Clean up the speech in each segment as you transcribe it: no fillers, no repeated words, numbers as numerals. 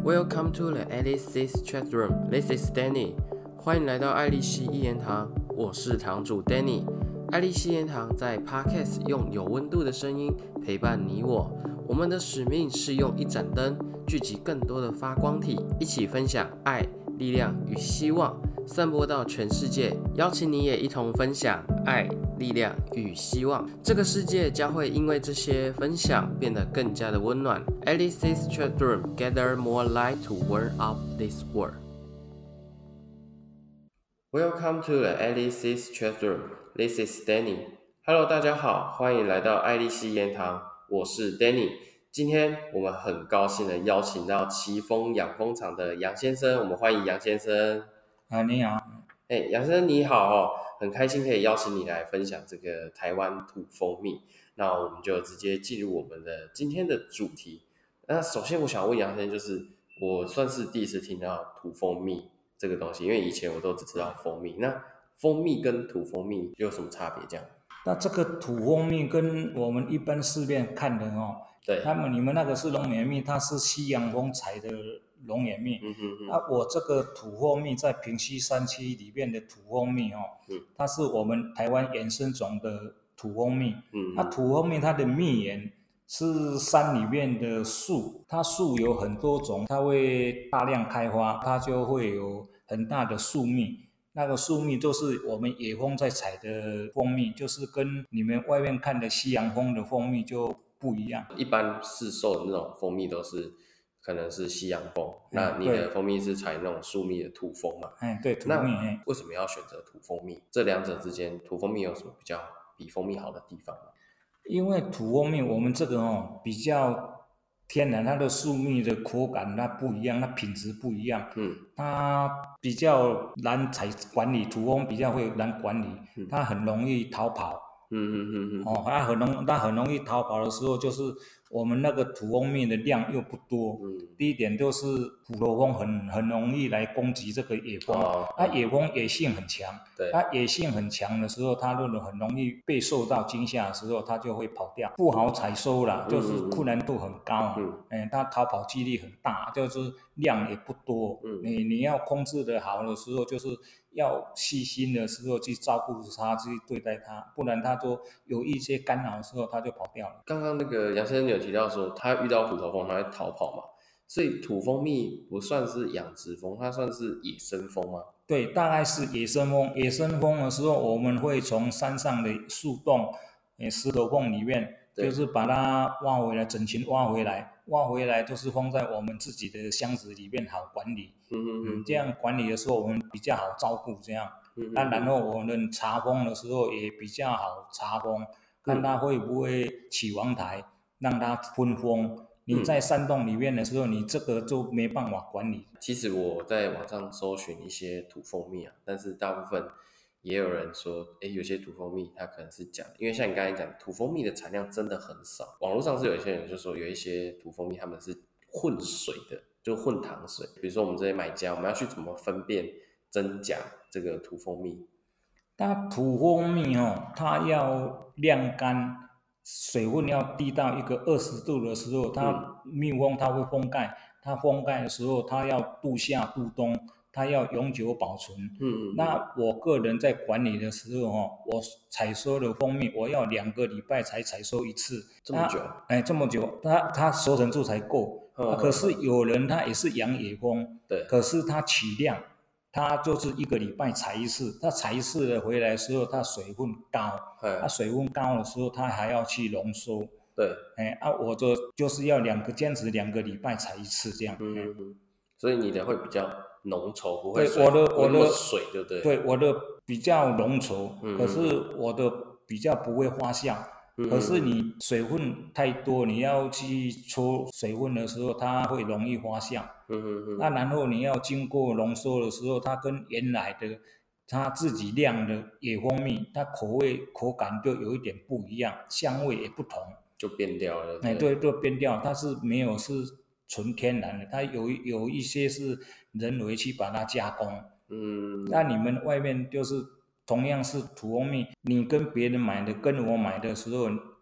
Welcome to the Alice's Chat Room. This is Danny. 欢迎来到爱丽丝一言堂，我是堂主 Danny。爱丽丝一言堂在 Podcast 用有温度的声音陪伴你我。我们的使命是用一盏灯聚集更多的发光体，一起分享爱、力量与希望，散播到全世界。邀请你也一同分享爱、力量与希望。这个世界将会因为这些分享变得更加的温暖。Alice's Chat Room gather more light to warm up this world. Welcome to the Alice's Chat Room. This is Danny. Hello， 大家好，欢迎来到爱丽丝言堂，我是 Danny。今天我们很高兴的邀请到奇峰养蜂场的杨先生，我们欢迎杨先生。 你好。 杨先生你好哦，很开心可以邀请你来分享这个台湾土蜂蜜。那我们就直接进入我们的今天的主题。那首先我想问杨先生，就是我算是第一次听到土蜂蜜这个东西，因为以前我都只知道蜂蜜。那蜂蜜跟土蜂蜜有什么差别？这样？ 那这个土蜂蜜跟我们一般市面看的对， 你们那个是龙眼蜜，它是西洋蜂采的龙眼蜜。我这个土蜂蜜在平溪山区里面的土蜂蜜它是我们台湾野生种的土蜂蜜。那土蜂蜜它的蜜源是山里面的树，它树有很多种，它会大量开花，它就会有很大的树蜜。那个树蜜就是我们野蜂在采的蜂蜜，就是跟你们外面看的西洋蜂的蜂蜜就不一样。 一般市售的那种蜂蜜都是可能是西洋蜂，那你的蜂蜜是采那种树蜜的土蜂嘛？ 对，土蜂蜜。 那为什么要选择土蜂蜜？这两者之间，土蜂蜜有什么比较比蜂蜜好的地方吗？ 因为土蜂蜜我们这个比较天然，它的树蜜的口感它不一样，它品质不一样。它比较难采管理，土蜂比较会难管理，它很容易逃跑。它很容易逃跑的时候，就是我们那个土蜂蜜的量又不多。第一点就是虎头蜂很容易来攻击这个野蜂。野蜂野性很强。对，它野性很强的时候，它很容易被受到惊吓的时候，它就会跑掉，不好采收啦，就是困难度很高。它逃跑几率很大，就是量也不多。你要控制的好的时候，就是要细心的时候去照顾它，去对待它，不然它就有一些干扰的时候，它就跑掉了。 刚刚那个杨先生有提到说，他遇到虎头蜂，他会逃跑嘛？所以土蜂蜜不算是养殖蜂，它算是野生蜂吗？ 对，大概是野生蜂。野生蜂的时候，我们会从山上的树洞、石头缝里面，就是把它挖回来，整群挖回来就是放在我们自己的箱子里面，好管理。这样管理的时候，我们比较好照顾这样。然后我们查蜂的时候也比较好查蜂，看它会不会起王台，让它分蜂。你在山洞里面的时候，你这个就没办法管理。 其实我在网上搜寻一些土蜂蜜但是大部分也有人说，有些土蜂蜜它可能是假的，因为像你刚才讲，土蜂蜜的产量真的很少。网络上是有一些人就说，有一些土蜂蜜他们是混水的，就混糖水。比如说我们这些买家，我们要去怎么分辨真假这个土蜂蜜？ 它土蜂蜜它要晾干。水温要低到一个20度的时候，它蜜蜂它会封盖，它封盖的时候，它要度夏度冬，它要永久保存。那我个人在管理的时候我采收的蜂蜜，我要2个礼拜才采收一次。 这么久？ 这么久，它熟成度才够。可是有人他也是养野蜂， 对， 可是他取量。它就是1个礼拜采一次，它采一次的回来的时候，它水分高，水分高的时候，它还要去浓缩。 对， 我就是要坚持2个礼拜采一次这样。 所以你的会比较浓稠，不会对，我的水，对不对？ 对，我的比较浓稠，可是我的比较不会发酵。可是你水分太多，你要去抽水分的时候，它会容易发酵。那然后你要经过浓缩的时候，它跟原来的它自己酿的野蜂蜜，它口感就有一点不一样，香味也不同， 就变掉了。 对，就变掉。它是没有是纯天然的，它有一些是人为去把它加工。那你们外面就是同样是土蜂蜜，你跟别人买的跟我买的时候，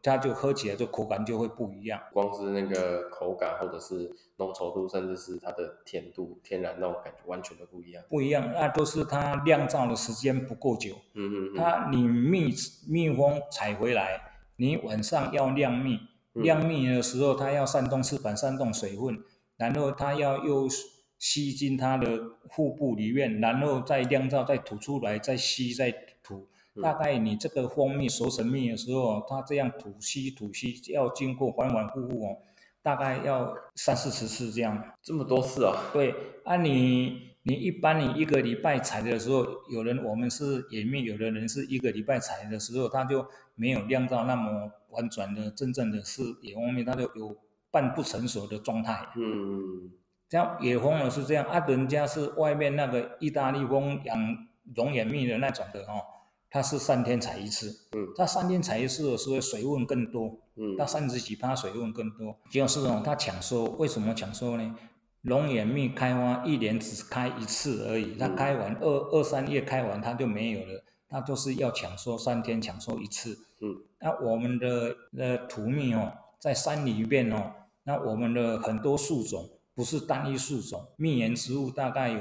它就喝起来就口感就会不一样。 光是那个口感或者是浓稠度，甚至是它的甜度，天然那种感觉完全都不一样。 不一样，那都是它酿造的时间不够久。你蜜蜂采回来，你晚上要酿蜜，酿蜜的时候它要扇动翅膀，扇动水分，然后它要又吸进它的腹部里面，然后再酿造，再吐出来，再吸再吐。大概你这个蜂蜜熟成蜜的时候，它这样吐吸要经过反反复复哦，大概要30-40次这样。 这么多次啊？ 对啊，你一般你1个礼拜采的时候，我们是野蜜，有的人是1个礼拜采的时候，他就没有酿造那么完全的真正的是野蜂蜜，它就有半不成熟的状态。这样野蜂呢是这样啊，人家是外面那个意大利蜂养龙眼蜜的那种的哦，它是3天采一次。它3天采一次的时候水分更多。它30几%水分更多。就是哦，它抢收，为什么抢收呢？龙眼蜜开花1年只开1次而已，它开完2、3月开完它就没有了，它就是要抢收3天抢收1次。那我们的土蜜哦，在山里面哦，那我们的很多树种不是单一树种，蜜源植物大概有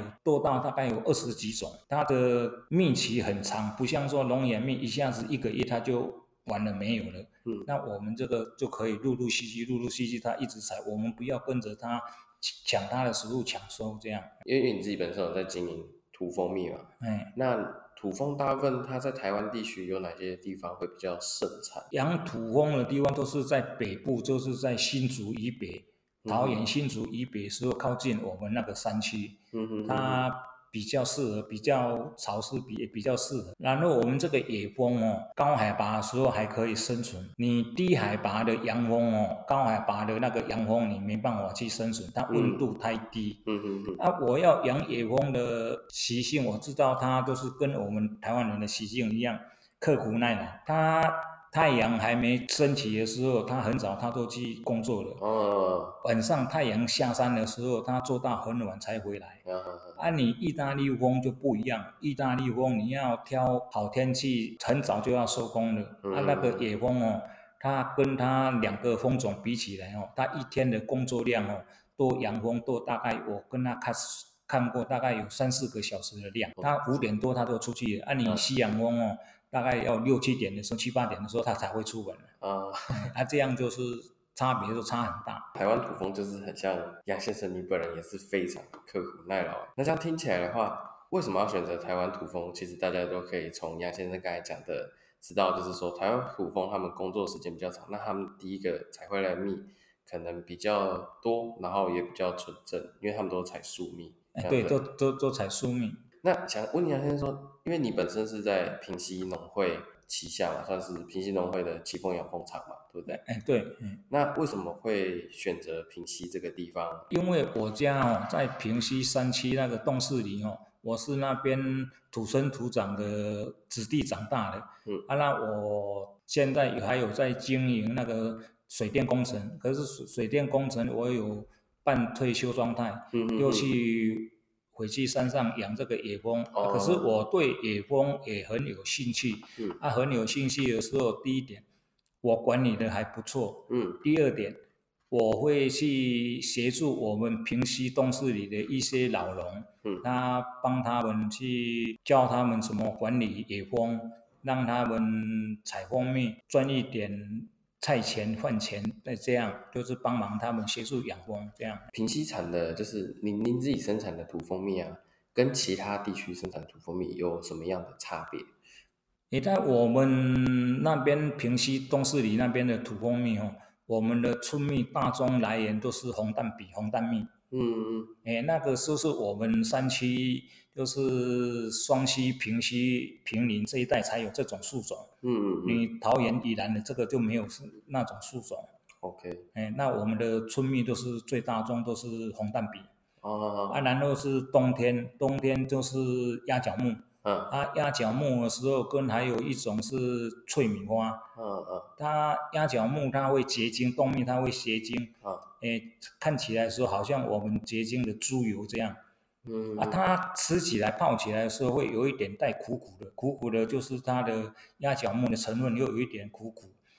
20几种，它的蜜期很长，不像说龙眼蜜一下子1个月它就完了没有了。那我们这个就可以陆陆续续它一直采，我们不要跟着它抢它的食物抢收这样。 因为你自己本身有在经营土蜂蜜嘛，那土蜂大部分它在台湾地区有哪些地方会比较盛产？ 养土蜂的地方都是在北部，就是在新竹以北，桃园新竹以北时候靠近我们那个山区，它比较适合，比较潮湿，也比较适合。然后我们这个野蜂哦，高海拔的时候还可以生存，你低海拔的洋蜂哦，高海拔的那个洋蜂你没办法去生存，它温度太低。我要养野蜂的习性，我知道它都是跟我们台湾人的习性一样，刻苦耐劳。它太阳还没升起的时候，它很早它都去工作了。晚上太阳下山的时候，它做到很晚才回来。你意大利蜂就不一样，意大利蜂你要挑好天气，很早就要收工了。那个野蜂哦，它跟它2个蜂种比起来哦，它一天的工作量哦，都洋蜂都大概我跟它看过，大概有3-4个小时的量。它5点多它都出去了。你西洋蜂哦，大概要6、7点的时候，7、8点的时候它才会出门。这样就是差别就差很大。 台湾土蜂就是很像杨先生，你本人也是非常刻苦耐劳。那这样听起来的话，为什么要选择台湾土蜂？其实大家都可以从杨先生刚才讲的知道，就是说台湾土蜂他们工作时间比较长，那他们第一个采回来的蜜可能比较多，然后也比较纯正，因为他们都采树蜜。 对，都采树蜜。 那想问杨先生说，因为你本身是在平溪农会旗下嘛，算是平溪农会的奇蜂养蜂场嘛，对不对？ 对。 那为什么会选择平溪这个地方？ 因为我家哦，在平溪山区那个洞势里哦，我是那边土生土长的子弟长大的。那我现在还有在经营那个水电工程，可是水电工程我有半退休状态，又回去山上养这个野蜂。可是我对野蜂也很有兴趣。很有兴趣的时候，第一点，我管理的还不错。第二点，我会去协助我们平溪洞势里的一些老农，帮他们去教他们怎么管理野蜂，让他们采蜂蜜赚一点菜钱饭钱，这样就是帮忙他们协助养蜂这样。 平溪产的就是您自己生产的土蜂蜜啊，跟其他地区生产土蜂蜜有什么样的差别？ 你在我们那边平溪东势里那边的土蜂蜜哦，我们的春蜜大宗来源都是红蛋比红蛋蜜。那个就是我们山区，就是双溪、平溪、平林这一带才有这种树种。你桃园以南的这个就没有那种树种。 OK。 那我们的春蜜都是最大宗都是红蛋比。然后是冬天就是鸭脚木。鸭脚木的时候还有一种是脆米花。它鸭脚木它会结晶，冬蜜它会结晶。看起来说好像我们结晶的猪油这样。它吃起来泡起来的时候会有一点带苦苦的，苦苦的就是它的鸭脚木的成分又有一点苦苦。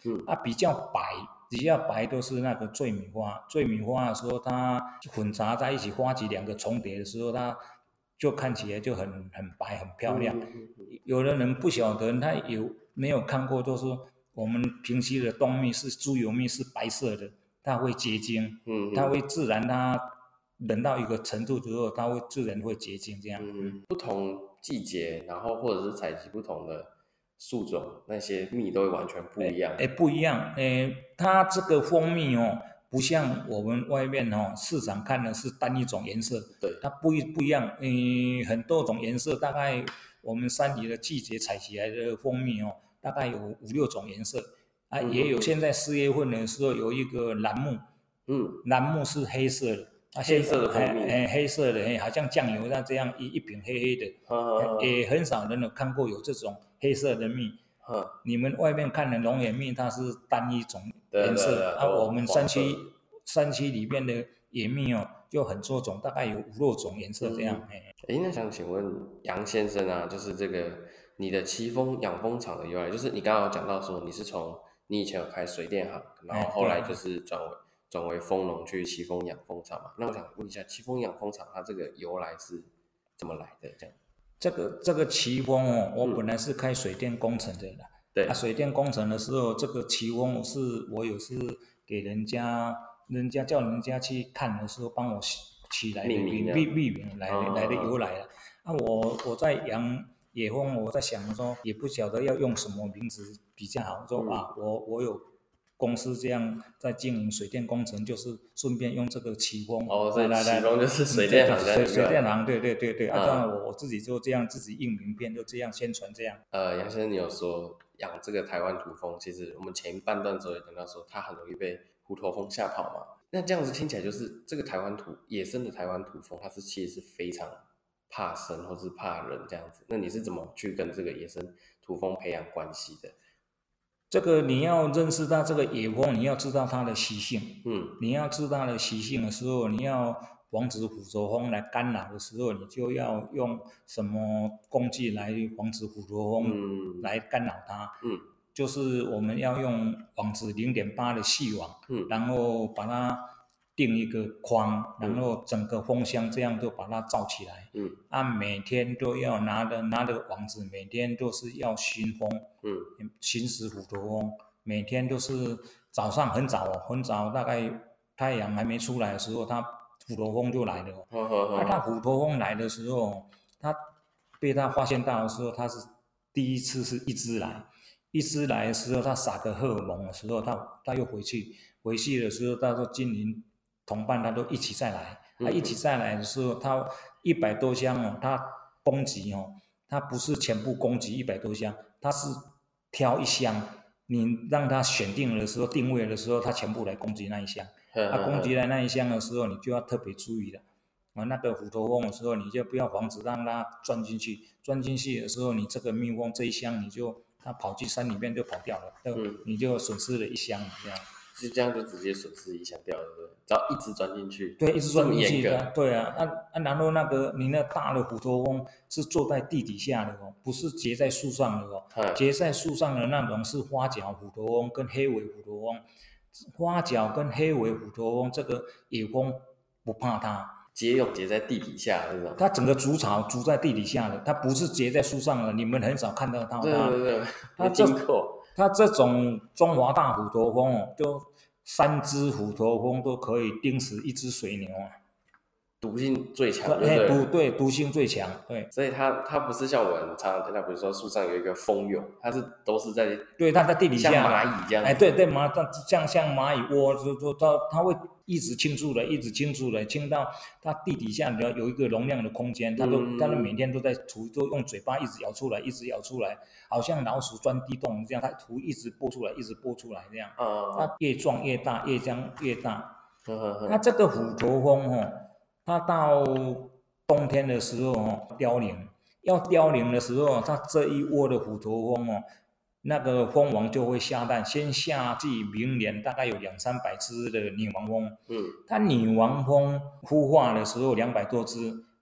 比较白都是那个醉米花。醉米花的时候，它混杂在一起，花期两个重叠的时候，它就看起来就很白，很漂亮。有的人不晓得，他没有看过，就是我们平时的冬蜜是猪油蜜是白色的，它会结晶，它会自然它冷到一个程度之后，它会自然会结晶这样。 不同季节，然后或者是采集不同的树种，那些蜜都会完全不一样。 不一样。它这个蜂蜜哦，不像我们外面哦市场看的是单一种颜色， 对， 它不一样。很多种颜色，大概我们山里的季节采起来的蜂蜜哦，大概有5、6种颜色啊，也有现在4月份的时候有一个蓝木，蓝木是黑色的。 黑色的蜂蜜， 黑色的，好像酱油这样一瓶黑黑的，也很少人有看过有这种黑色的蜜。你们外面看的龙眼蜜，它是单一种颜色，我们山区里面的野蜜哦，就很多种，大概有5、6种颜色这样。 那想请问杨先生啊，就是这个你的奇峰养蜂场的由来，就是你刚刚有讲到说你以前有开水电行，然后后来就是转为蜂农去奇峰养蜂场嘛。那我想问一下，奇峰养蜂场它这个由来是怎么来的？这样？ 这个奇峰哦，我本来是开水电工程的啦。 对。 水电工程的时候，这个奇峰我有是给人家叫人家去看的时候，帮我起来的命名来的由来了。我在养野蜂，我在想说，也不晓得要用什么名字比较好。说我有公司这样在经营水电工程，就是顺便用这个奇峰。 所以奇峰就是水电行在水电行，对。当然我自己就这样自己印名片，就这样宣传这样。 杨先生，你有说养这个台湾土蜂，其实我们前半段的时候也讲到说，它很容易被虎头蜂吓跑嘛。那这样子听起来，就是这个野生的台湾土蜂，它其实是非常怕生或是怕人这样子。那你是怎么去跟这个野生土蜂培养关系的？ 这个你要认识到这个野蜂，你要知道它的习性。你要知道它的习性的时候，你要防止虎头蜂来干扰的时候，你就要用什么工具来防止虎头蜂来干扰它。就是我们要用网子0.8的细网，然后把它定一个框，然后整个蜂箱这样就把它罩起来。每天都要拿着网子，每天都是要巡蜂，巡视虎头蜂。每天都是早上很早，大概太阳还没出来的时候，它虎头蜂就来了。它虎头蜂来的时候，它被它发现到的时候，它是第一次是一只来的时候，它撒个荷尔蒙的时候，它又回去的时候，它说精灵同伴它都一起再来。一起再来的时候，它100多箱哦，它攻击哦，它不是全部攻击100多箱，它是挑一箱，你让它选定的时候，定位的时候，它全部来攻击那一箱。攻击来那一箱的时候，你就要特别注意了。那个虎头蜂的时候，你就不要防止让它钻进去。钻进去的时候，你这个蜜蜂这一箱，它跑去山里面就跑掉了，你就损失了1箱这样。 这样就直接损失1箱掉了，对不对？只要一直钻进去， 对，一直钻进去的，对啊。然后你那大的虎头蜂是坐在地底下的哦，不是结在树上的哦。结在树上的那种是花角虎头蜂跟黑尾虎头蜂。花角跟黑尾虎头蜂这个野蜂不怕它。 结在地底下那种， 它整个筑巢筑在地底下的，它不是结在树上的，你们很少看到它。 对，没听过。 它这种中华大虎头蜂哦，就3只虎头蜂都可以叮死1只水牛啊， 毒性最强， 对，毒性最强，对。 所以它不是像我们常常听到，比如说树上有一个蜂蛹，它都是在对，它在地底下， 像蚂蚁这样。 对，像蚂蚁窝，它会一直倾出来，倾到它地底下有一个容量的空间，它都每天都在吐，都用嘴巴一直咬出来，好像老鼠钻地洞这样，它吐一直播出来这样。它越壮越大，越将越大。它这个虎头蜂哦，它到冬天的时候哦，要凋零的时候，它这一窝的虎头蜂哦，那个蜂王就会下蛋，先下至明年大概有200-300只的女王蜂。它女王蜂孵化的时候200多只，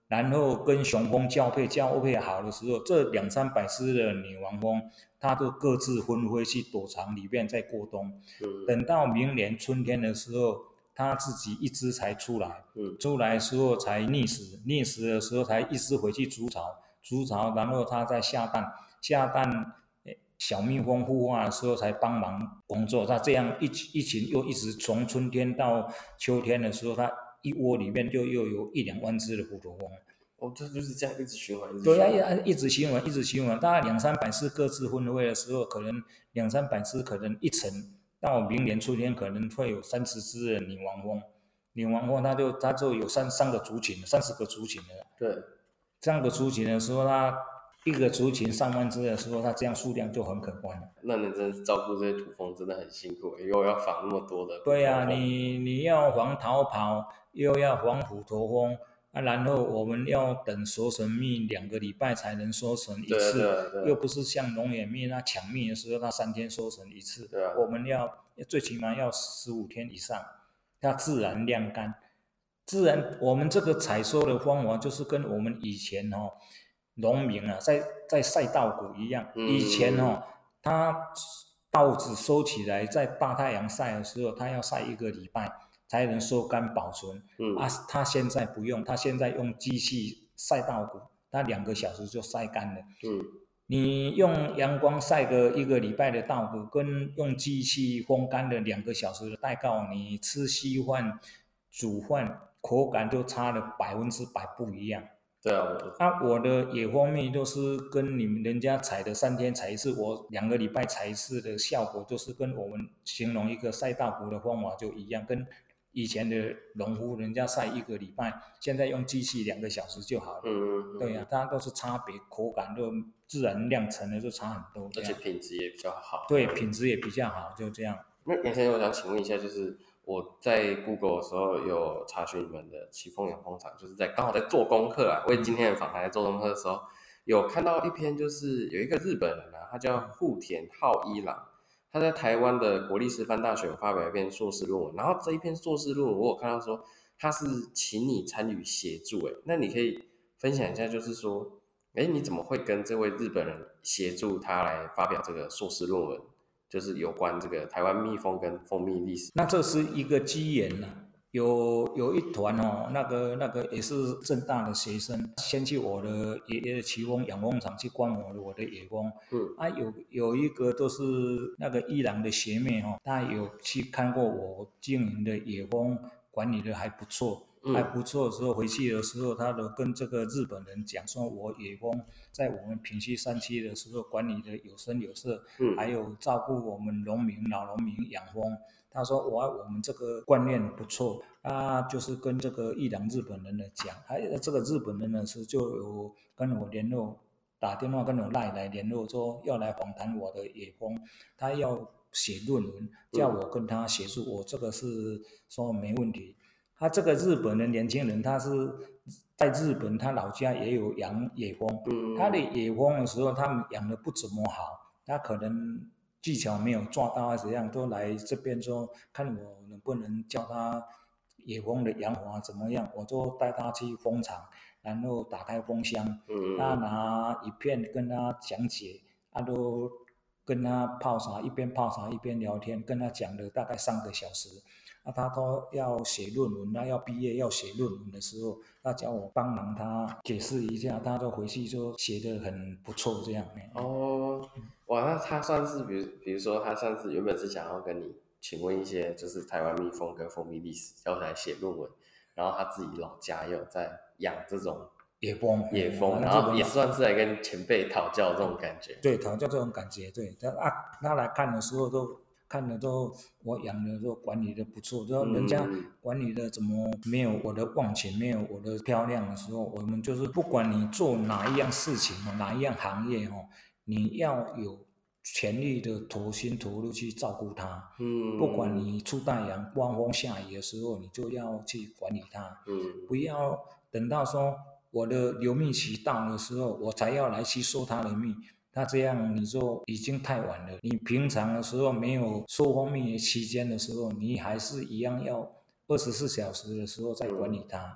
然后跟雄蜂交配好的时候，这200-300只的女王蜂，它都各自分飞去躲藏里面再过冬。等到明年春天的时候，它自己一只才出来，出来的时候才溺死，溺死的时候才一只回去筑巢，然后它再下蛋，小蜜蜂孵化的时候才帮忙工作。它这样一群又一直从春天到秋天的时候，它一窝里面就又有1-2万只的虎头蜂。 这就是这样一直循环， 对呀，一直循环，大概200-300只各自分飞的时候，可能200-300只可能一层，到明年春天可能会有30只的女王蜂。女王蜂它就有三个族群，30个族群了。 对， 这样的族群的时候，它一个族群上万只的时候，它这样数量就很可观了。 那你真的照顾这些土蜂真的很辛苦，又要防那么多的。 对呀，你要防逃跑，又要防虎头蜂。然后我们要等收成蜜2个礼拜才能收成一次，又不是像龙眼蜜那抢蜜的时候，它3天收成一次。我们要最起码要15天以上，它自然晾干。我们这个采收的方法就是跟我们以前农民在晒稻谷一样。以前他稻子收起来在大太阳晒的时候，他要晒1个礼拜才能收干保存。他现在不用，他现在用机器晒稻谷，他2个小时就晒干了。你用阳光晒个1个礼拜的稻谷，跟用机器风干的2个小时的带稻，你吃稀饭、煮饭口感就差了100%不一样。 对啊， 我的野蜂蜜都是跟你们人家采的3天采一次，我2个礼拜采一次的效果，就是跟我们形容一个晒稻谷的方法就一样，跟以前的农夫人家晒1个礼拜，现在用机器2个小时就好了。对呀，它都是差别，口感都自然酿成的就差很多， 而且品质也比较好。 对，品质也比较好，就这样。 那原先我想请问一下，就是我在 Google 的时候有查询你们的奇丰养蜂场，就是刚好在做功课啊，为今天的访谈在做功课的时候，有看到一篇，就是有一个日本人啊，他叫户田浩一郎，他在台湾的国立师范大学有发表一篇硕士论文，然后这一篇硕士论文我有看到说他是请你参与协助，那你可以分享一下，就是说，你怎么会跟这位日本人协助他来发表这个硕士论文？就是有关这个台湾蜜蜂跟蜂蜜历史。 那这是一个机缘呐，有一团那个也是政大的学生，先去我的爷爷的奇蜂养蜂场去观摩我的野蜂。有一个都是那个伊朗的学妹她有去看过我经营的野蜂，管理的还不错。还不错的时候，回去的时候，他都跟这个日本人讲说，我野蜂在我们平溪山区的时候管理的有声有色，还有照顾我们老农民养蜂。他说我们这个观念不错，就是跟这个伊朗日本人的讲，这个日本人呢就有跟我联络，打电话跟我赖来联络，说要来访谈我的野蜂，他要写论文，叫我跟他协助，我这个是说没问题。他这个日本的年轻人，他是在日本，他老家也有养野蜂。他的野蜂的时候，他们养的不怎么好，他可能技巧没有抓到怎样，都来这边说看我能不能教他野蜂的养法怎么样，我就带他去蜂场，然后打开蜂箱，他拿一片跟他讲解，都跟他泡茶，一边泡茶一边聊天，跟他讲了大概3个小时。他都要写论文，要毕业要写论文的时候，他叫我帮忙他解释一下，他就回去就写得很不错这样。 哇，那他算是比如说他算是原本是想要跟你请问一些就是台湾蜜蜂跟蜂蜜历史，要来写论文，然后他自己老家也有在养这种野蜂，然后也算是来跟前辈讨教这种感觉。 对，讨教这种感觉，对。他来看的时候看了之后，我养的时候管理的不错，就人家管理的怎么没有我的忘情，没有我的漂亮的时候，我们就是不管你做哪一样事情，哪一样行业你要有全力的投心投入去照顾它。不管你出太阳、刮风下雨的时候，你就要去管理它。不要等到说我的流蜜期到的时候，我才要来去收它的蜜。那这样你就已经太晚了。你平常的时候没有收蜂蜜期间的时候，你还是一样要24小时的时候再管理它。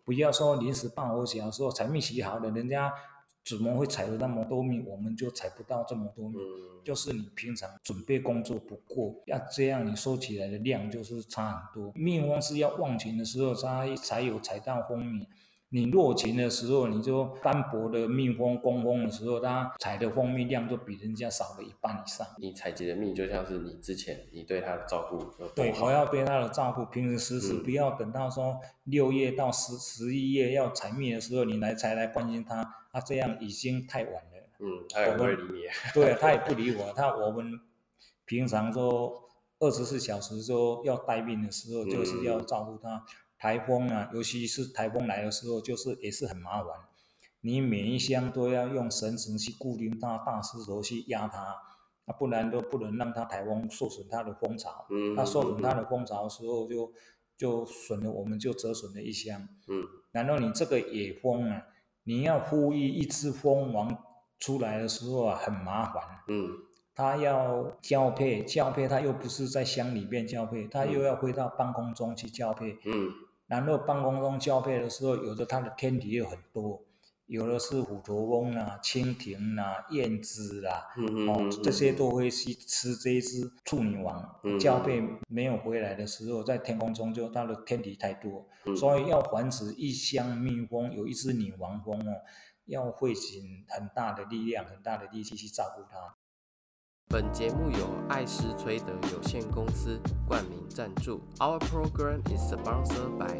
不要说临时抱佛脚，说采蜜期好了，人家怎么会采了那么多蜜，我们就采不到这么多蜜。就是你平常准备工作不够，要这样你收起来的量就是差很多。蜜蜂是要旺情的时候才有采到蜂蜜。你弱情的时候，你就单薄的蜜蜂工蜂的时候，它采的蜂蜜量就比人家少了一半以上。 你采集的蜜就像是你之前你对它的照顾有多好。 对，我要对它的照顾，平时时不要等到说6月到11月要采蜜的时候，你才来关心它，这样已经太晚了。 它也不会理你。 对，它也不理我。我们平常说24小时说要待命的时候，就是要照顾它。台风啊，尤其是台风来的时候，也是很麻烦。你每一箱都要用绳子去固定它，大石头去压它，不然都不能让它台风受损它的蜂巢。它受损它的蜂巢的时候就损了，我们就折损了一箱。然后你这个野蜂啊，你要呼吁一只蜂王出来的时候啊，很麻烦。它要交配，它又不是在箱里面交配，它又要飞到半空中去交配。然后半空中交配的时候，有的它的天敌有很多，有的是虎头蜂啦、蜻蜓啦、燕子啦，这些都会去吃这一只处女王。交配没有回来的时候，在天空中就它的天敌太多，所以要繁殖一箱蜜蜂，有一只女王蜂要费尽很大的力量、很大的力气去照顾它。 本节目由艾诗崔德有限公司冠名赞助。Our program is sponsored by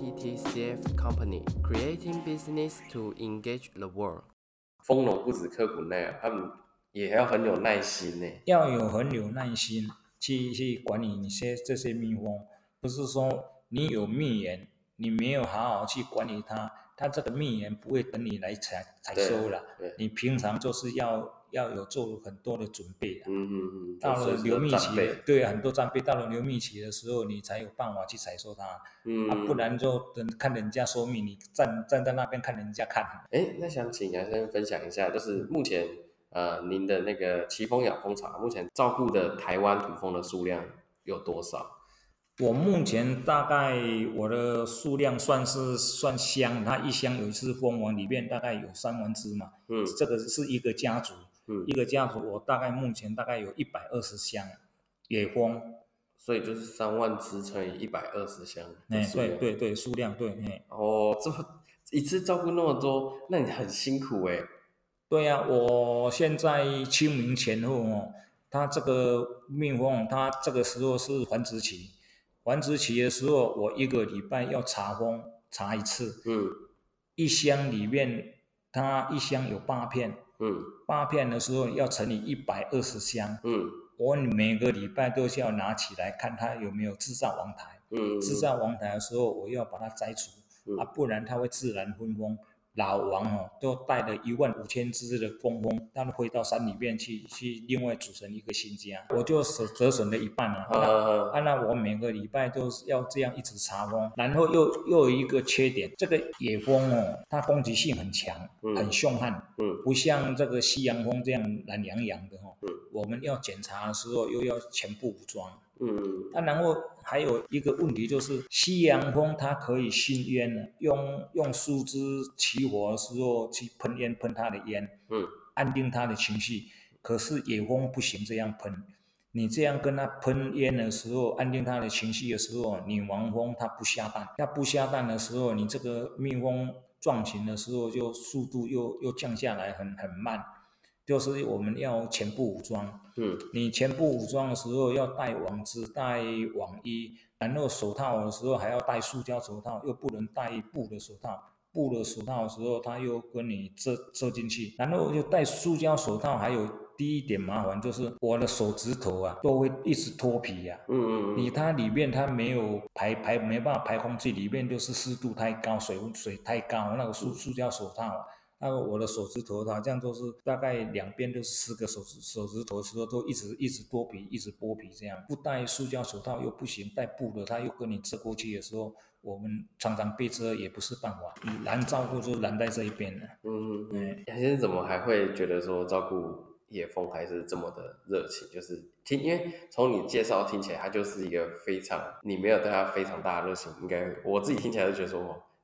ATTCF Company, creating business to engage the world. 蜂农不止刻苦耐劳，他们也要很有耐心呢。 要有很有耐心去管理这些蜜蜂，不是说你有蜜源，你没有好好去管理它，它这个蜜源不会等你来采收了。你平常就是要有做很多的准备。到了流蜜期，对，很多战备。到了流蜜期的时候，你才有办法去采收它。不然就看人家收蜜，你站在那边看人家看。 那想请杨先生分享一下，就是目前您的那个奇蜂养蜂场，目前照顾的台湾土蜂的数量有多少？ 我目前大概我的数量算箱，它一箱有一只蜂王，里面大概有3万只嘛。这个是一个家族。一个家族我大概目前大概有120箱野蜂， 所以就是3万只乘以120箱。 对，数量对。 这么一次照顾那么多，那你很辛苦哎。 对啊，我现在清明前后它这个蜜蜂，它这个时候是繁殖期。繁殖期的时候，我1个礼拜要查蜂查一次。一箱里面，它一箱有8片。8片的时候要乘以120箱。我每个礼拜都是要拿起来看它有没有制造王台。制造王台的时候，我要把它摘除。不然它会自然分蜂。老王都带了15000只的蜂，他们飞到山里面去另外组成一个新家，我就折损了一半了。那我每个礼拜都是要这样一直查蜂，然后又有一个缺点，这个野蜂它攻击性很强，很凶悍，不像这个西洋蜂这样懒洋洋的我们要检查的时候又要全部武装。然后还有一个问题就是西洋蜂它可以熏烟，用树枝起火的时候去喷烟，喷它的烟，安定它的情绪。可是野蜂不行这样喷，你这样跟它喷烟的时候，安定它的情绪的时候，女王蜂它不下蛋，它不下蛋的时候，你这个蜜蜂壮情的时候就速度又降下来，很慢。就是我们要全部武装。你全部武装的时候要戴网子、戴网衣，然后手套的时候还要戴塑胶手套，又不能戴布的手套。布的手套的时候，它又跟你遮进去，然后又戴塑胶手套。还有第一点麻烦就是我的手指头都会一直脱皮它里面它没有没办法排空气，里面就是湿度太高，水太高，那个塑胶手套那个我的手指头好像都是大概两边都是10个手指头的时候都一直脱皮，一直剥皮这样。不戴塑胶手套又不行，戴布的它又跟你遮过去的时候，我们常常被遮也不是办法。难照顾就难在这一边了。 杨先生怎么还会觉得说照顾野蜂还是这么的热情？就是因为从你介绍听起来，他就是一个非常，你没有对他非常大的热情，应该我自己听起来就觉得说，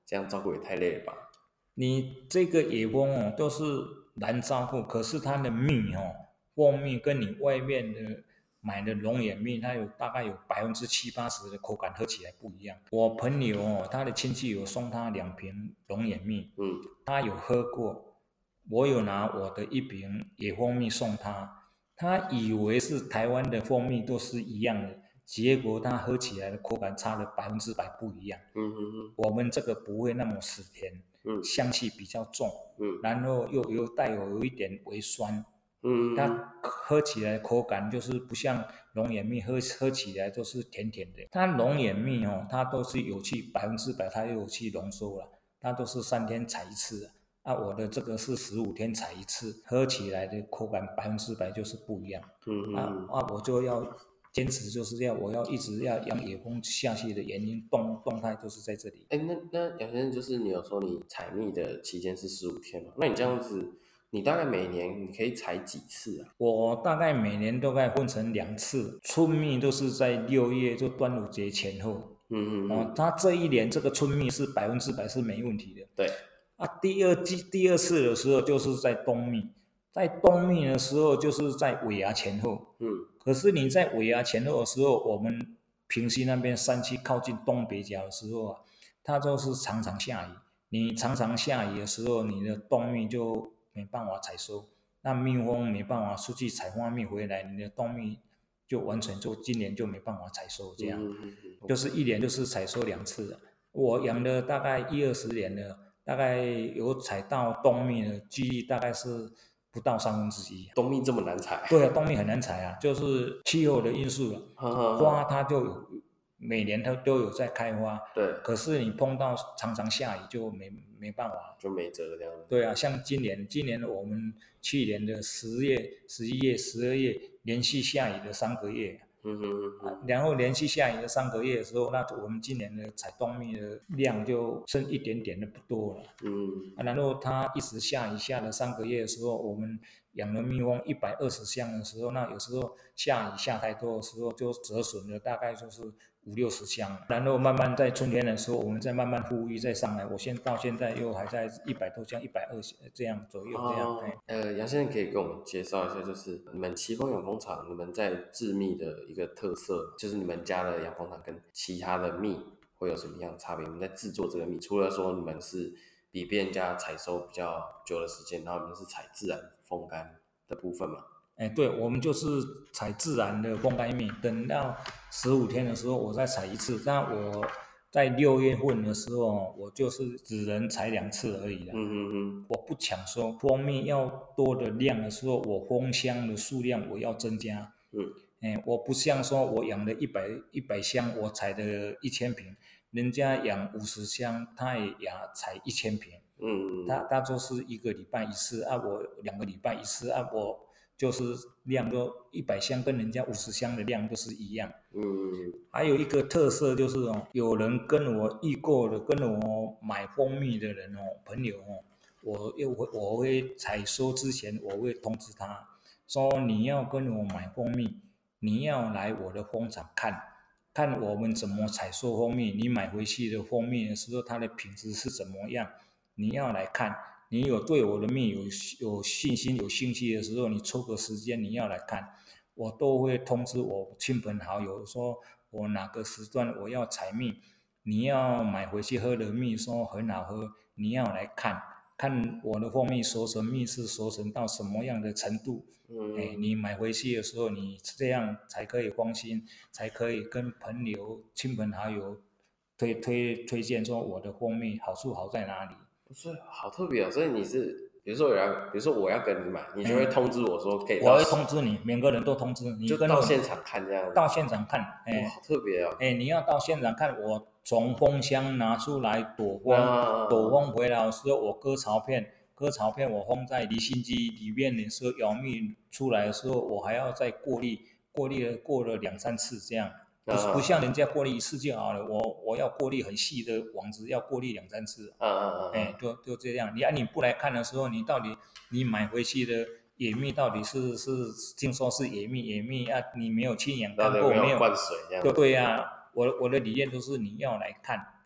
这样照顾也太累了吧？ 你这个野蜂哦都是难照顾，可是它的蜜哦，蜂蜜跟你外面的买的龙眼蜜，它大概有70%-80%的口感喝起来不一样。我朋友哦，他的亲戚有送他2瓶龙眼蜜，他有喝过，我有拿我的1瓶野蜂蜜送他，他以为是台湾的蜂蜜都是一样的，结果他喝起来的口感差了100%不一样。我们这个不会那么死甜。香气比较重，然后又带有一点微酸，它喝起来口感就是不像龙眼蜜喝起来都是甜甜的。它龙眼蜜哦，它都是有机100%，它有机浓缩了，它都是3天采一次啊。我的这个是15天采一次，喝起来的口感100%就是不一样。我就要坚持就是我要一直要养野蜂下去的原因，动态就是在这里。 那杨先生，就是你有说你采蜜的期间是15天嘛？那你这样子，你大概每年你可以采几次啊？ 我大概每年都分成2次，春蜜都是在6月，就端午节前后。它这一年这个春蜜是100%是没问题的。 对。 第二次的时候就是在冬蜜，在冬蜜的时候就是在尾牙前后。可是你在尾牙前后的时候，我们平溪那边山区靠近东北角的时候它就是常常下雨。你常常下雨的时候，你的冬蜜就没办法采收，那蜜蜂没办法出去采花蜜回来，你的冬蜜就完全今年就没办法采收，这样。就是一年就是采收2次。我养了大概10-20年了，大概有采到冬蜜的几率大概是不到1/3。 冬蜜这么难采？ 对啊，冬蜜很难采啊，就是气候的因素花它就有每年它都有在开花， 对。 可是你碰到常常下雨就没办法， 就没辙这样。 对啊，像今年我们去年的10月、11月、12月连续下雨的3个月。然后连续下雨的3个月的时候，那我们今年的采冬蜜的量就剩一点点的不多了。然后它一直下雨下了3个月的时候，我们养了蜜蜂120箱的时候，那有时候下雨下太多的时候，就折损了大概就是50-60箱。然后慢慢在春天的时候，我们再慢慢复育再上来。我到现在又还在100多箱、120这样左右这样。 杨先生可以跟我们介绍一下，就是你们奇峰养蜂场，你们在制蜜的一个特色，就是你们家的养蜂场跟其他的蜜会有什么样的差别？你们在制作这个蜜，除了说你们是比别人家采收比较久的时间，然后你们是采自然风干的部分嘛？ 对，我们就是采自然的风干蜜，等到15天的时候我再采一次。那我在6月份的时候，我就是只能采2次而已啦。我不抢收，蜂蜜要多的量的时候，我蜂箱的数量我要增加。我不像说我养了100箱，我采的1000瓶，人家养50箱，他也采1000瓶。他就是1个礼拜一次我2个礼拜一次我就是量都100箱跟人家50箱的量都是一样。还有一个特色就是有人跟我预购的，跟我买蜂蜜的人朋友我会采收之前我会通知他说，你要跟我买蜂蜜，你要来我的蜂场看我们怎么采收蜂蜜，你买回去的蜂蜜的时候它的品质是怎么样，你要来看。你有对我的蜜有信心有兴趣的时候，你抽个时间你要来看，我都会通知我亲朋好友说我哪个时段我要采蜜，你要买回去喝的蜜说很好喝，你要来看我的蜂蜜熟成蜜是熟成到什么样的程度。你买回去的时候你这样才可以放心，才可以跟朋友亲朋好友推荐说我的蜂蜜好处好在哪里。 所以好特别所以你是比如说我要跟你买，你就会通知我说可以我会通知你，每个人都通知你， 就到现场看这样子。 到现场看。 哇，好特别你要到现场看，我从蜂箱拿出来躲蜂回来的时候，我割槽片我封在离心机里面的时候，咬蜜出来的时候，我还要再过滤过了2-3次这样。不像人家过滤1次就好了，我要过滤很细的网子，要过滤2-3次。就这样。你不来看的时候，你到底你买回去的野蜜到底是听说是野蜜你没有亲眼看过， 没有灌水这样。 对呀，我的理念都是你要来看，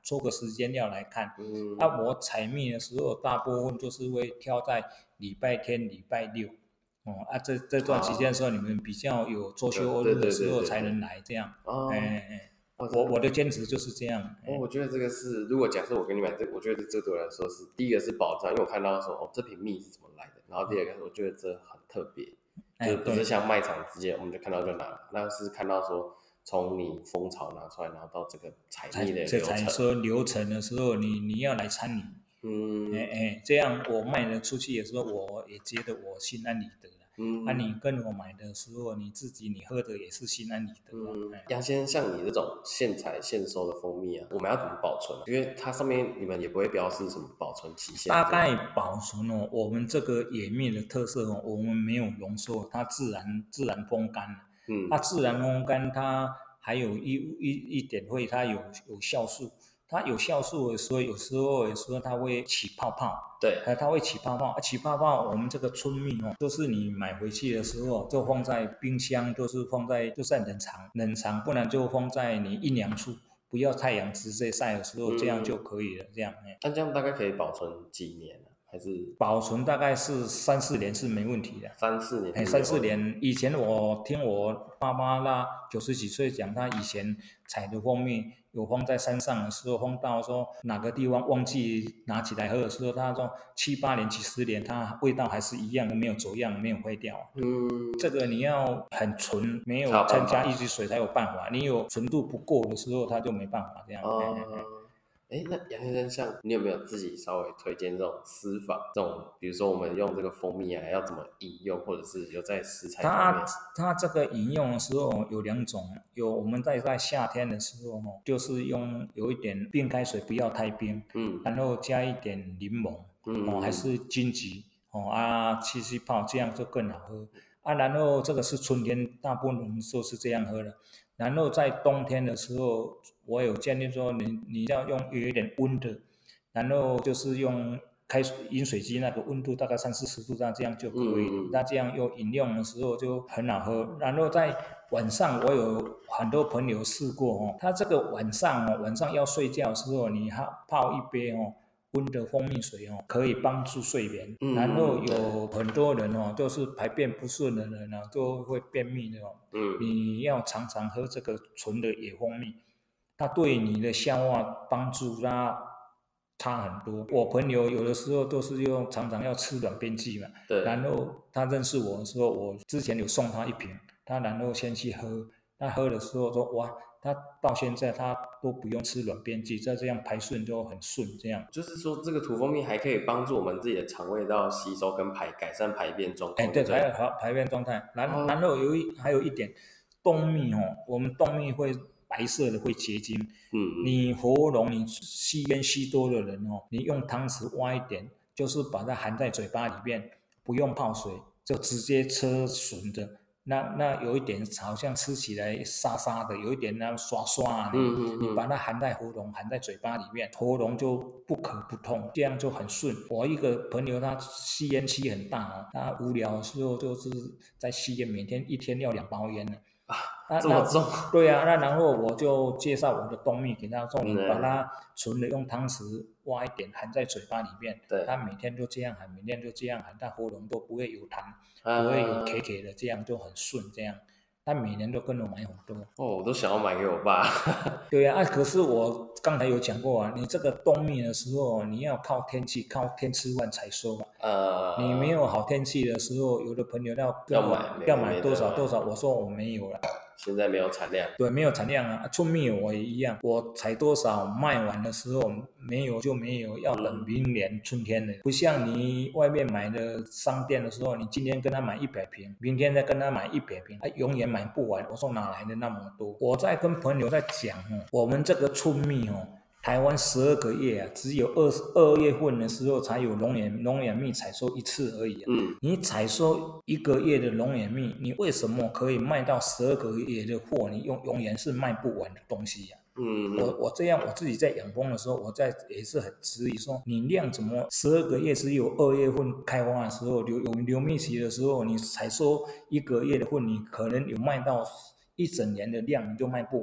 抽个时间要来看。 嗯， 我采蜜的时候，大部分就是会挑在礼拜天、礼拜六。这段期间的时候，你们比较有周休日的时候才能来这样。我的坚持就是这样。 我觉得这个是，如果假设我跟你买这个，我觉得这对我来说是第一个是保障，因为我看到说这瓶蜜是怎么来的，然后第二个我觉得这很特别，就是不是像卖场直接我们就看到就拿，那是看到说从你蜂巢拿出来，然后到这个采蜜的流程， 采收流程的时候，你要来参与。这样我卖了出去的时候，我也觉得我心安理得了。你跟我买的时候，你喝的也是心安理得。 杨先生，像你这种现采现收的蜂蜜啊，我们要怎么保存？因为它上面你们也不会标示什么保存期限。 大概保存我们这个野蜜的特色我们没有浓缩，它自然风干。它自然风干，它还有一点它有酵素。它有酵素的时候，有时候它会起泡泡。 对， 它会起泡泡。起泡泡，我们这个春蜜就是你买回去的时候就放在冰箱，就是在冷藏，不然就放在你阴凉处，不要太阳直接晒的时候，这样就可以了。这样。 那这样大概可以保存几年呢？还是保存大概是3-4年是没问题的。 3-4年 ？3-4年。以前我听我爸妈那90几岁讲，他以前采的蜂蜜有放在山上的时候，放到说哪个地方忘记拿起来喝的时候，他说7-8年、几10年，它味道还是一样，没有走样，没有坏掉。这个你要很纯，没有添加一滴水才有办法。你有纯度不够的时候，它就没办法这样。 那杨先生，像你有没有自己稍微推荐这种私房，这种比如说我们用这个蜂蜜要怎么饮用，或者是有在食材方面？ 它这个饮用的时候有2种，有我们在夏天的时候就是用有一点冰开水，不要太冰，然后加一点柠檬，还是金桔，气泡，这样就更好喝。然后这个是春天，大部分人都是这样喝的。然后在冬天的时候，我有建议说你要用有一点温的，然后就是用饮水机那个温度大概30-40度，这样就可以了。那这样饮用的时候就很好喝。然后在晚上，我有很多朋友试过他这个晚上要睡觉的时候，你泡一杯温的蜂蜜水可以帮助睡眠。然后有很多人就是排便不顺的人就会便秘的你要常常喝这个纯的野蜂蜜，它对你的消化帮助差很多。我朋友有的时候都是常常要吃软便剂嘛，然后他认识我的时候，我之前有送他一瓶，他然后先去喝，他喝的时候说哇，他到现在他都不用吃软便剂，这样排顺就很顺。这样就是说这个土蜂蜜还可以帮助我们自己的肠胃道吸收跟改善排便状况。 对，排便状态。然后还有一点，冬蜜我们冬蜜会白色的，会结晶。你喉咙你吸烟吸多的人你用汤匙挖一点，就是把它含在嘴巴里面，不用泡水，就直接吃纯的。那有一点好像吃起来沙沙的，有一点那刷刷你把它含在喉咙，含在嘴巴里面，喉咙就不渴不痛，这样就很顺。我一个朋友他吸烟吸很大他无聊的时候就是在吸烟，每天一天要2包烟这么重？ 对啊，然后我就介绍我的冬蜜给他，说你把它纯的用汤匙挖一点含在嘴巴里面，他每天就这样含，每天就这样含，他喉咙都不会有痰，不会有咳的，这样就很顺。这样他每年都跟我买很多我都想要买给我爸。 对啊，可是我刚才有讲过你这个冬蜜的时候，你要靠天气，靠天吃饭采收嘛。你没有好天气的时候，有的朋友要买多少，我说我没有了。 现在没有产量。 对，没有产量春蜜我也一样，我采多少卖完的时候没有就没有，要等明年春天的。不像你外面买的商店的时候，你今天跟他买100瓶，明天再跟他买100瓶，永远买不完。我说哪来的那么多？我在跟朋友在讲我们这个春蜜台湾12个月只有2月份的时候才有龙眼蜜采收1次而已你采收1个月的龙眼蜜，你为什么可以卖到12个月的货？你永远是卖不完的东西我这样我自己在养蜂的时候，也是很质疑说，你量怎么12个月只有2月份开花的时候，有流蜜期的时候，你采收1个月的份，你可能有卖到1整年的量，你就卖不完。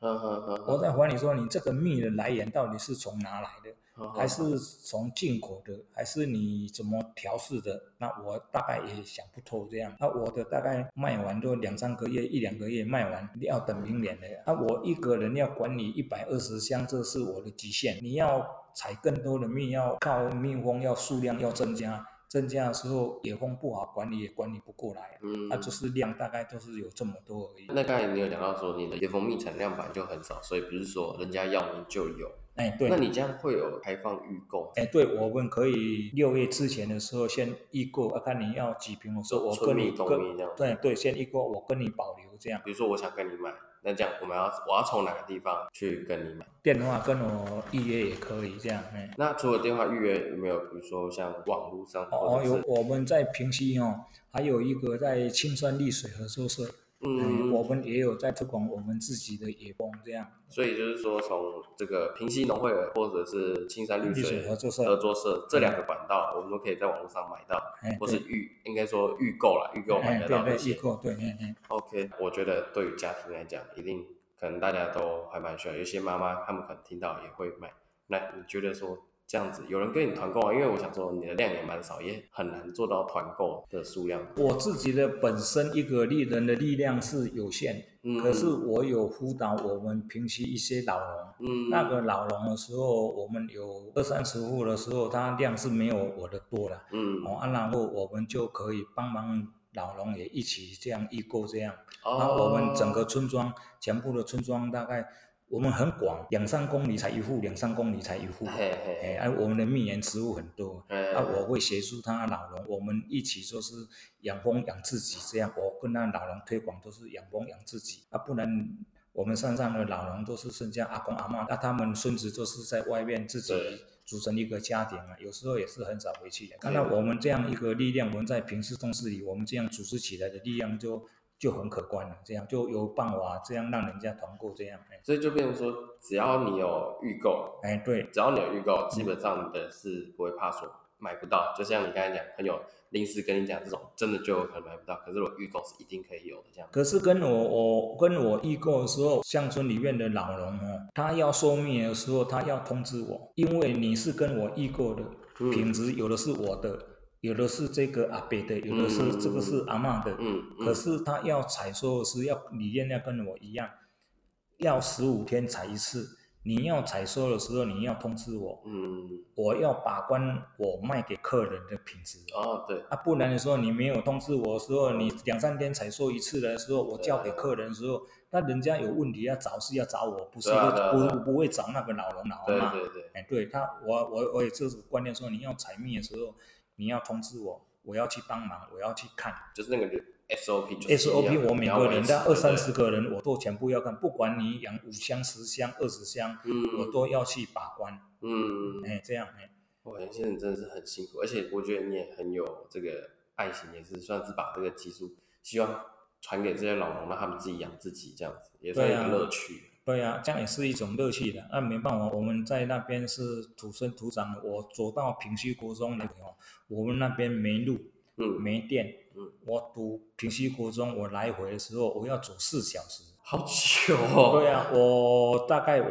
我在怀疑说你这个蜜的来源到底是从哪来的，还是从进口的，还是你怎么调试的？那我大概也想不透这样。那我的大概卖完都2-3个月、1-2个月卖完，要等明年的。那我一个人要管理120箱，这是我的极限。你要采更多的蜜，要靠蜜蜂，要数量要增加。增加的时候野蜂不好管理，也管理不过来，那就是量大概都是有这么多而已。 那刚才你有讲到说你的野蜂蜜产量本来就很少，所以不是说人家要你就有。 对。 那你这样会有开放预购？ 对，我们可以6月之前的时候先预购，看你要几瓶，我说我跟你对，先预购，我跟你保留这样。 比如说我想跟你买，那这样我要从哪个地方去跟你买？ 电话跟我预约也可以这样。 那除了电话预约，有没有比如说像网络上？ 有，我们在平溪还有一个在青山绿水合作社。我们也有在推广我们自己的野蜂这样。 所以就是说，从这个平溪农会或者是青山绿水合作社这2个管道，我们都可以在网络上买到，或是应该说预购买得到这些。 预购对。 OK， 我觉得对于家庭来讲，一定可能大家都还蛮需要，有些妈妈她们可能听到也会买。那你觉得说这样子有人跟你团购啊？因为我想说你的量也蛮少，也很难做到团购的数量。 我自己的本身一个人的力量是有限，可是我有辅导我们平溪一些老农，那个老农的时候，我们有20-30户的时候，他量是没有我的多了，然后我们就可以帮忙老农也一起这样预购这样，然后我们整个村庄全部的村庄大概。我们很广，2-3公里才一户，2-3公里才一户。我们的蜜源植物很多，我会协助他老农，我们一起就是养蜂养自己这样。我跟他老农推广都是养蜂养自己，不然我们山上的老农都是剩下阿公阿嬷，他们孙子都是在外面自己组成一个家庭有时候也是很少回去的。看到我们这样一个力量，我们在平市东市里，我们这样组织起来的力量就很可观了，这样就有办法这样让人家团购这样。 所以就变成说，只要你有预购， 对， 只要你有预购，基本上你的是不会怕说买不到。就像你刚才讲，朋友临时跟你讲这种，真的就有可能买不到。可是我预购是一定可以有的这样。 可是跟我预购的时候，乡村里面的老农他要收蜜的时候，他要通知我，因为你是跟我预购的，品质有的是我的。有的是这个阿伯的，有的是这个是阿嬷的，可是他要采收的是理念要跟我一样，要15天采一次。你要采收的时候，你要通知我，我要把关我卖给客人的品质。 对。 不然的时候，你没有通知我的时候，你2-3天采收一次的时候，我交给客人的时候，那人家有问题要找是要找我，不会找那个老农老阿嬷。对，我也这个观念说，你要采蜜的时候。你要通知我，我要去帮忙，我要去看， 就是那个 SOP。 SOP 我每个人的20-30个人，我都全部要看，不管你养5箱、10箱、20箱，我都要去把关。这样。 哇，有些人真的是很辛苦，而且我觉得你也很有这个爱心，也是算是把这个技术希望传给这些老农，让他们自己养自己，这样子也算一个乐趣。 对啊，这样也是一种乐趣的。没办法，我们在那边是土生土长的。我走到平溪国中那个我们那边没路，没电。我读平溪国中，我来回的时候，我要走4小时。 好久哦。 对啊，我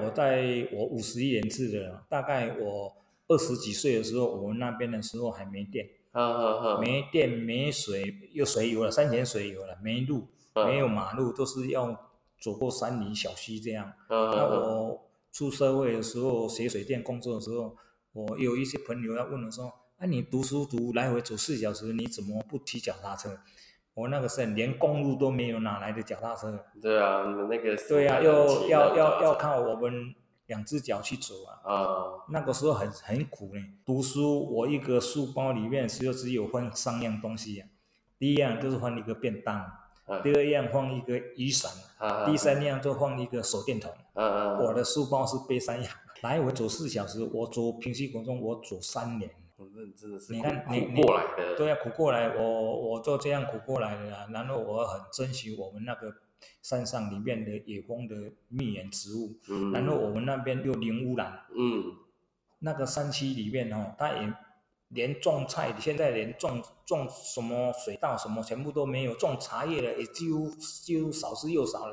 51年次的，大概我20几岁的时候，我们那边的时候还没电。没电没水，水有了，山泉水有了，没路，没有马路，都是要走过山里小溪这样。那我出社会的时候，写水电工作的时候，我有一些朋友要问我说：“你读书来回走4小时，你怎么不骑脚踏车？”我那个时候连公路都没有，哪来的脚踏车？ 对啊，你们那个对啊，要靠我们2只脚去走那个时候很苦呢。读书，我一个书包里面只有放3样东西第一样就是放一个便当。第2样放一个雨伞，第3样就放一个手电筒。我的书包是背3样，来回走4小时，我走平溪国中，我走3年。 真的是苦过来的。 对啊，苦过来，我就这样苦过来的然后我很珍惜我们那个山上里面的野蜂的蜜源植物。然后我们那边又零污染。那个山区里面它也连种菜，现在连种什么水稻什么全部都没有，种茶叶的也几乎少之又少了。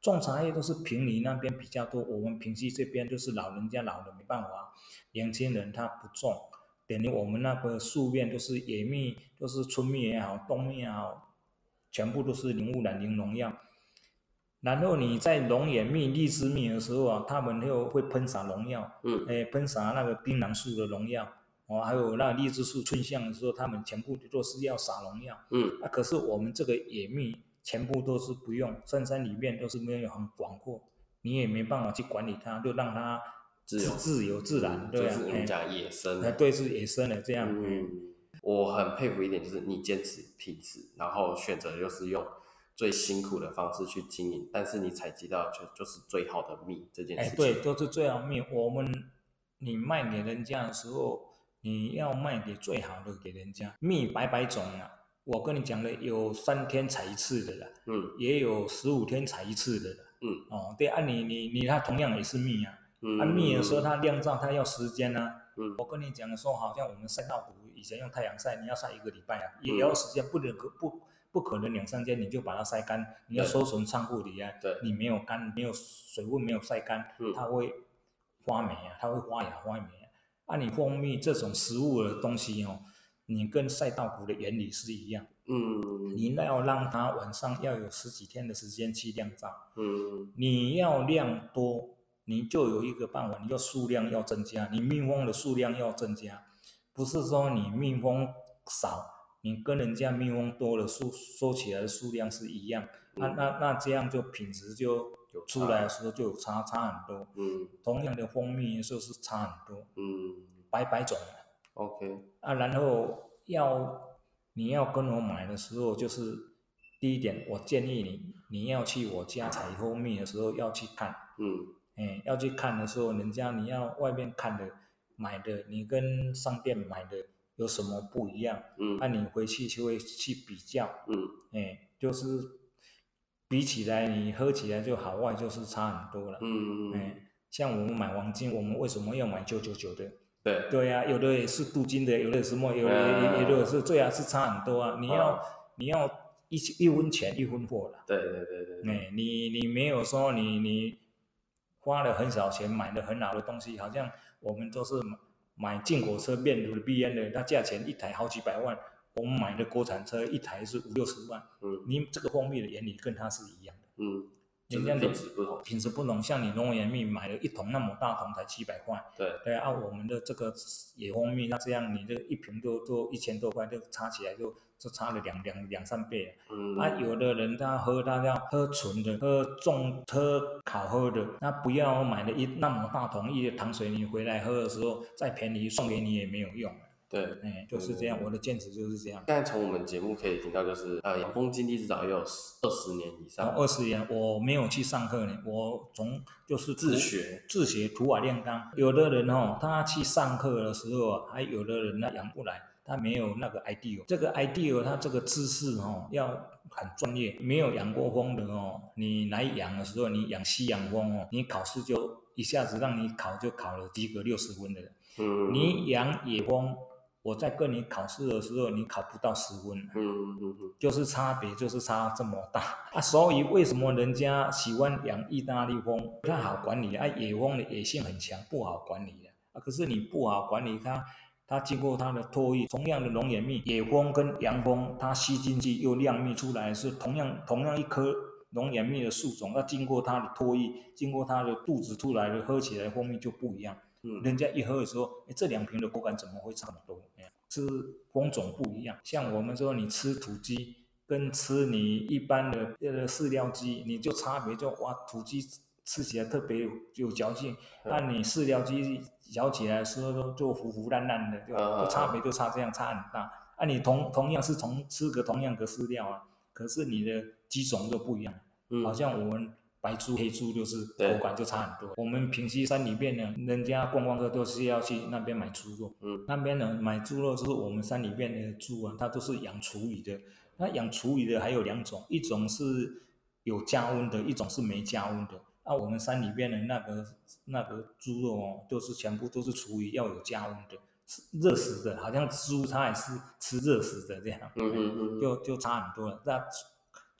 种茶叶都是坪林那边比较多，我们平溪这边就是老人家老了没办法，年轻人他不种，等于我们那个树面都是野蜜，都是春蜜也好，冬蜜也好，全部都是零污染、零农药。然后你在龙眼蜜、荔枝蜜的时候啊，他们又会喷洒农药，喷洒那个槟榔树的农药，还有那荔枝树春象的时候，他们全部都是要撒农药，可是我们这个野蜜全部都是不用，深山里面都是没有很广阔，你也没办法去管理它，就让它自由自然，对啊， 就是我们讲野生的， 对，是野生的这样。 我很佩服一点，就是你坚持品质，然后选择就是用最辛苦的方式去经营，但是你采集到就是最好的蜜这件事情。 对，都是最好蜜。你卖给人家的时候，你要卖给最好的给人家。蜜百种啊，我跟你讲的有3天采一次的啦，也有15天采一次的啦，对啊，你它同样也是蜜啊，蜜的时候它酿造它要时间啊。我跟你讲说，好像我们晒稻谷以前用太阳晒，你要晒1个礼拜啊，也要时间，不可能2-3天你就把它晒干，你要收存仓库里啊，你没有干，没有水分，没有晒干，它会发霉啊，它会发芽发霉啊。你蜂蜜这种食物的东西你跟晒稻谷的原理是一样，你要让它晚上要有10几天的时间去酿造，你要量多，你就有一个办法，你要数量要增加，你蜜蜂的数量要增加，不是说你蜜蜂少，你跟人家蜜蜂多了收起来的数量是一样，那这样就品质就出来的时候就有差很多，同样的蜂蜜就是差很多，百种 ，OK， 然后你要跟我买的时候，就是第一点，我建议你要去我家采蜂蜜的时候要去看，要去看的时候，你要外面看的买的，你跟商店买的有什么不一样？你回去就会去比较，就是比起来你喝起来就好坏就是差很多了，像我们买黄金，我们为什么要买999的？对啊，有的也是镀金的，有的也是有的也是对啊，是差很多啊。你要一分钱一分货啦。 对。 你没有说你花了很少钱买的很好的东西，好像我们都是买进口车面乳的 BN 的，它价钱一台好几百万，我们买的国产车一台是50-60万。你这个蜂蜜的原理跟它是一样的。人家的品质不同，像你龙眼蜜买了1桶那么大桶才700块，对啊，我们的这个野蜂蜜，那这样你这一瓶都1000多块，就差起来就差了2-3倍有的人他要喝纯的，喝烤喝的，那不要买了那么大桶的糖水，你回来喝的时候再便宜送给你也没有用。就是这样，我的见识就是这样。 刚才从我们节目可以听到，就是养蜂经历至少也有20年以上。 20年，我没有去上课呢，我就是自学土法炼钢。有的人他去上课的时候，还有的人养不来，他没有那个 idea。这个 idea， 他这个知识要很专业，没有养过蜂的你来养的时候，你养西洋蜂你考试就一下子让你考了及格60分的。你养野蜂。我在跟你考试的时候，你考不到10分，就是差别就是差这么大所以为什么人家喜欢养意大利蜂？它好管理野蜂的野性很强，不好管理可是你不好管理它经过它的脱育，同样的龙眼蜜，野蜂跟洋蜂，它吸进去又酿蜜出来是同样一颗龙眼蜜的树种，要经过它的脱育，经过它的肚子出来的，喝起来蜂蜜就不一样。人家一喝的时候，这2瓶的口感怎么会差那么多？是蜂种不一样。像我们说，你吃土鸡跟吃你一般的饲料鸡，你就差别就土鸡吃起来特别有嚼劲，你饲料鸡嚼起来的时候就糊糊烂烂的，就差别就差这样差很大。你同样是吃个同样的饲料可是你的鸡种就不一样。好像我们白猪黑猪就是口感就差很多。我们平溪山里面呢，人家观光客都是要去那边买猪肉。那边呢买猪肉就是我们山里面的猪它都是养处理的。那养处理的还有2种，一种是有加温的，一种是没加温的。我们山里面的那个猪肉就是全部都是处理要有加温的，热食的，好像猪它也是吃热食的这样。就差很多了。那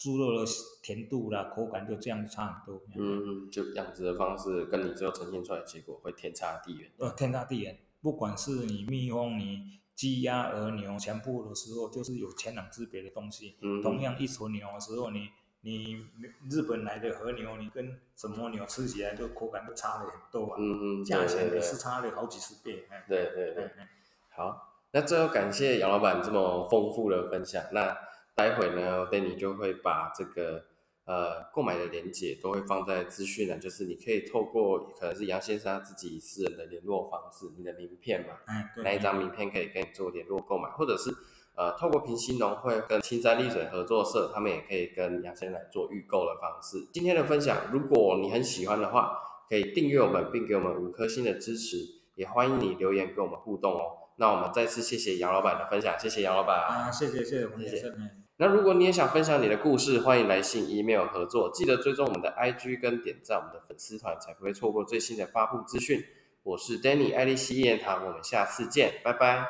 猪肉的甜度啦、口感就这样差很多。 就养殖的方式跟你最后呈现出来的结果会天差地远。 天差地远，不管是你蜜蜂、你鸡鸭鹅牛全部的时候，就是有天壤之别的东西。同样一头牛的时候，你日本来的和牛，你跟什么牛吃起来就口感就差了很多啊。价钱也是差了好几十倍。 对。好，那最后感谢杨老板这么丰富的分享。那待会呢 ，Danny 就会把这个购买的连结都会放在资讯栏，就是你可以透过可能是杨先生他自己私人的联络方式，你的名片嘛，那一张名片可以跟你做联络购买，或者是透过平溪农会跟青山丽水合作社，他们也可以跟杨先生来做预购的方式。今天的分享，如果你很喜欢的话，可以订阅我们，并给我们5颗星的支持，也欢迎你留言跟我们互动哦。那我们再次谢谢杨老板的分享，谢谢杨老板。 谢谢黄先生。 那如果你也想分享你的故事，欢迎来信 email 合作，记得追踪我们的 IG 跟点赞我们的粉丝团，才不会错过最新的发布资讯。我是 Danny 爱丽丝一言堂，我们下次见，拜拜。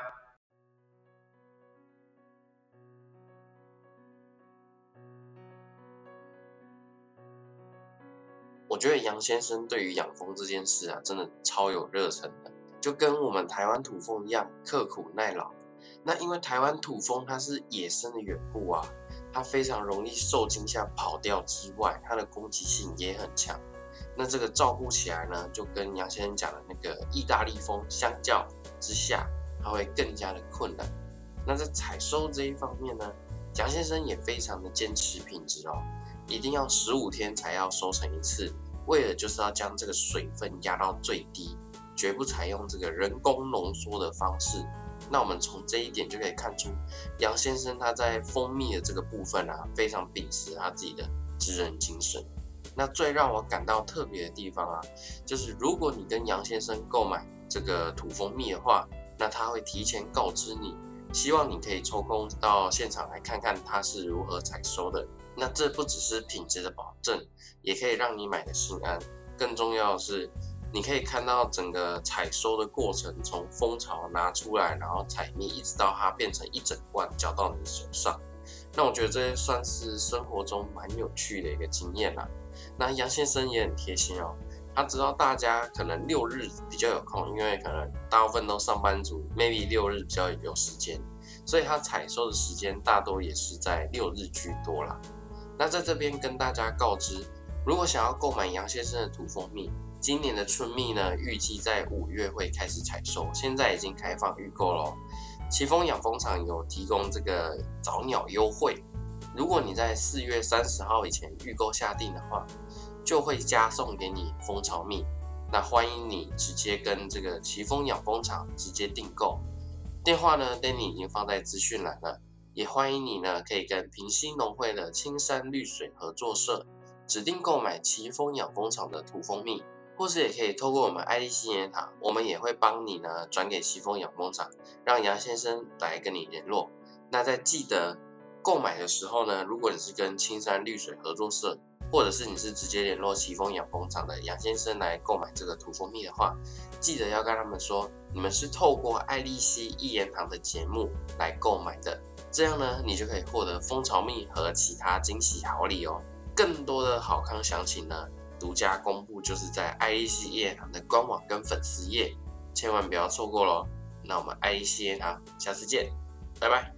我觉得杨先生对于养蜂这件事啊，真的超有热忱的，就跟我们台湾土蜂一样，刻苦耐劳。那因为台湾土蜂它是野生的远部啊，它非常容易受惊吓跑掉之外，它的攻击性也很强。那这个照顾起来呢，就跟杨先生讲的那个意大利蜂相较之下，它会更加的困难。那在采收这一方面呢，杨先生也非常的坚持品质哦，一定要15天才要收成一次，为了就是要将这个水分压到最低，绝不采用这个人工浓缩的方式。那我们从这一点就可以看出，杨先生他在蜂蜜的这个部分啊，非常秉持他自己的职人精神。那最让我感到特别的地方啊，就是如果你跟杨先生购买这个土蜂蜜的话，那他会提前告知你，希望你可以抽空到现场来看看他是如何采收的。那这不只是品质的保证，也可以让你买的心安。更重要的是，你可以看到整个采收的过程，从蜂巢拿出来，然后采蜜，一直到它变成一整罐交到你手上。那我觉得这算是生活中蛮有趣的一个经验啦。那杨先生也很贴心哦，他知道大家可能6日比较有空，因为可能大部分都上班族 ，maybe 6日比较有时间，所以他采收的时间大多也是在6日居多啦。那在这边跟大家告知，如果想要购买杨先生的土蜂蜜，今年的春蜜呢，预计在5月会开始采收，现在已经开放预购了。奇丰养蜂场有提供这个早鸟优惠，如果你在4月30号以前预购下定的话，就会加送给你蜂巢蜜。那欢迎你直接跟这个奇丰养蜂场直接订购，电话呢 Danny 已经放在资讯栏了，也欢迎你呢可以跟平溪农会的青山绿水合作社指定购买奇丰养蜂场的土蜂蜜。或是也可以透过我们爱丽丝研堂，我们也会帮你呢转给奇丰养蜂场，让杨先生来跟你联络。那在记得购买的时候呢，如果你是跟青山绿水合作社，或者是你是直接联络奇丰养蜂场的杨先生来购买这个土蜂蜜的话，记得要跟他们说你们是透过爱丽丝一言堂的节目来购买的，这样呢你就可以获得蜂巢蜜和其他惊喜好礼哦。更多的好康详情呢，独家公布就是在爱丽丝一言堂的官网跟粉丝页，千万不要错过咯。那我们爱丽丝一言堂下次见，拜拜。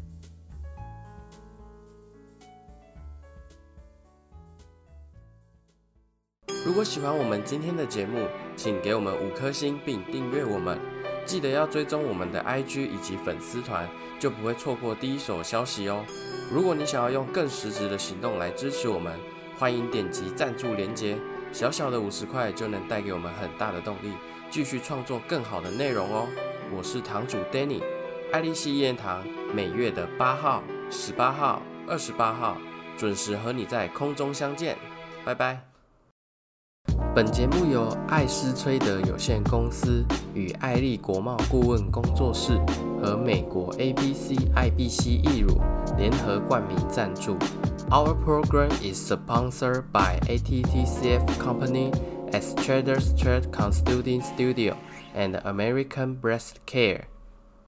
如果喜欢我们今天的节目，请给我们5颗星并订阅我们，记得要追踪我们的 IG 以及粉丝团，就不会错过第一手消息哦。如果你想要用更实质的行动来支持我们，欢迎点击赞助连结，小小的50块就能带给我们很大的动力，继续创作更好的内容哦。我是堂主 Danny， 爱丽丝一言堂每月的8号、18号、28号准时和你在空中相见，拜拜。本节目由艾斯崔德有限公司与艾利国贸顾问工作室和美国 ABC、IBC 义乳联合冠名赞助。Our program is sponsored by ATTCF Company, as Trader's Trade Consulting Studio, and American Breast Care.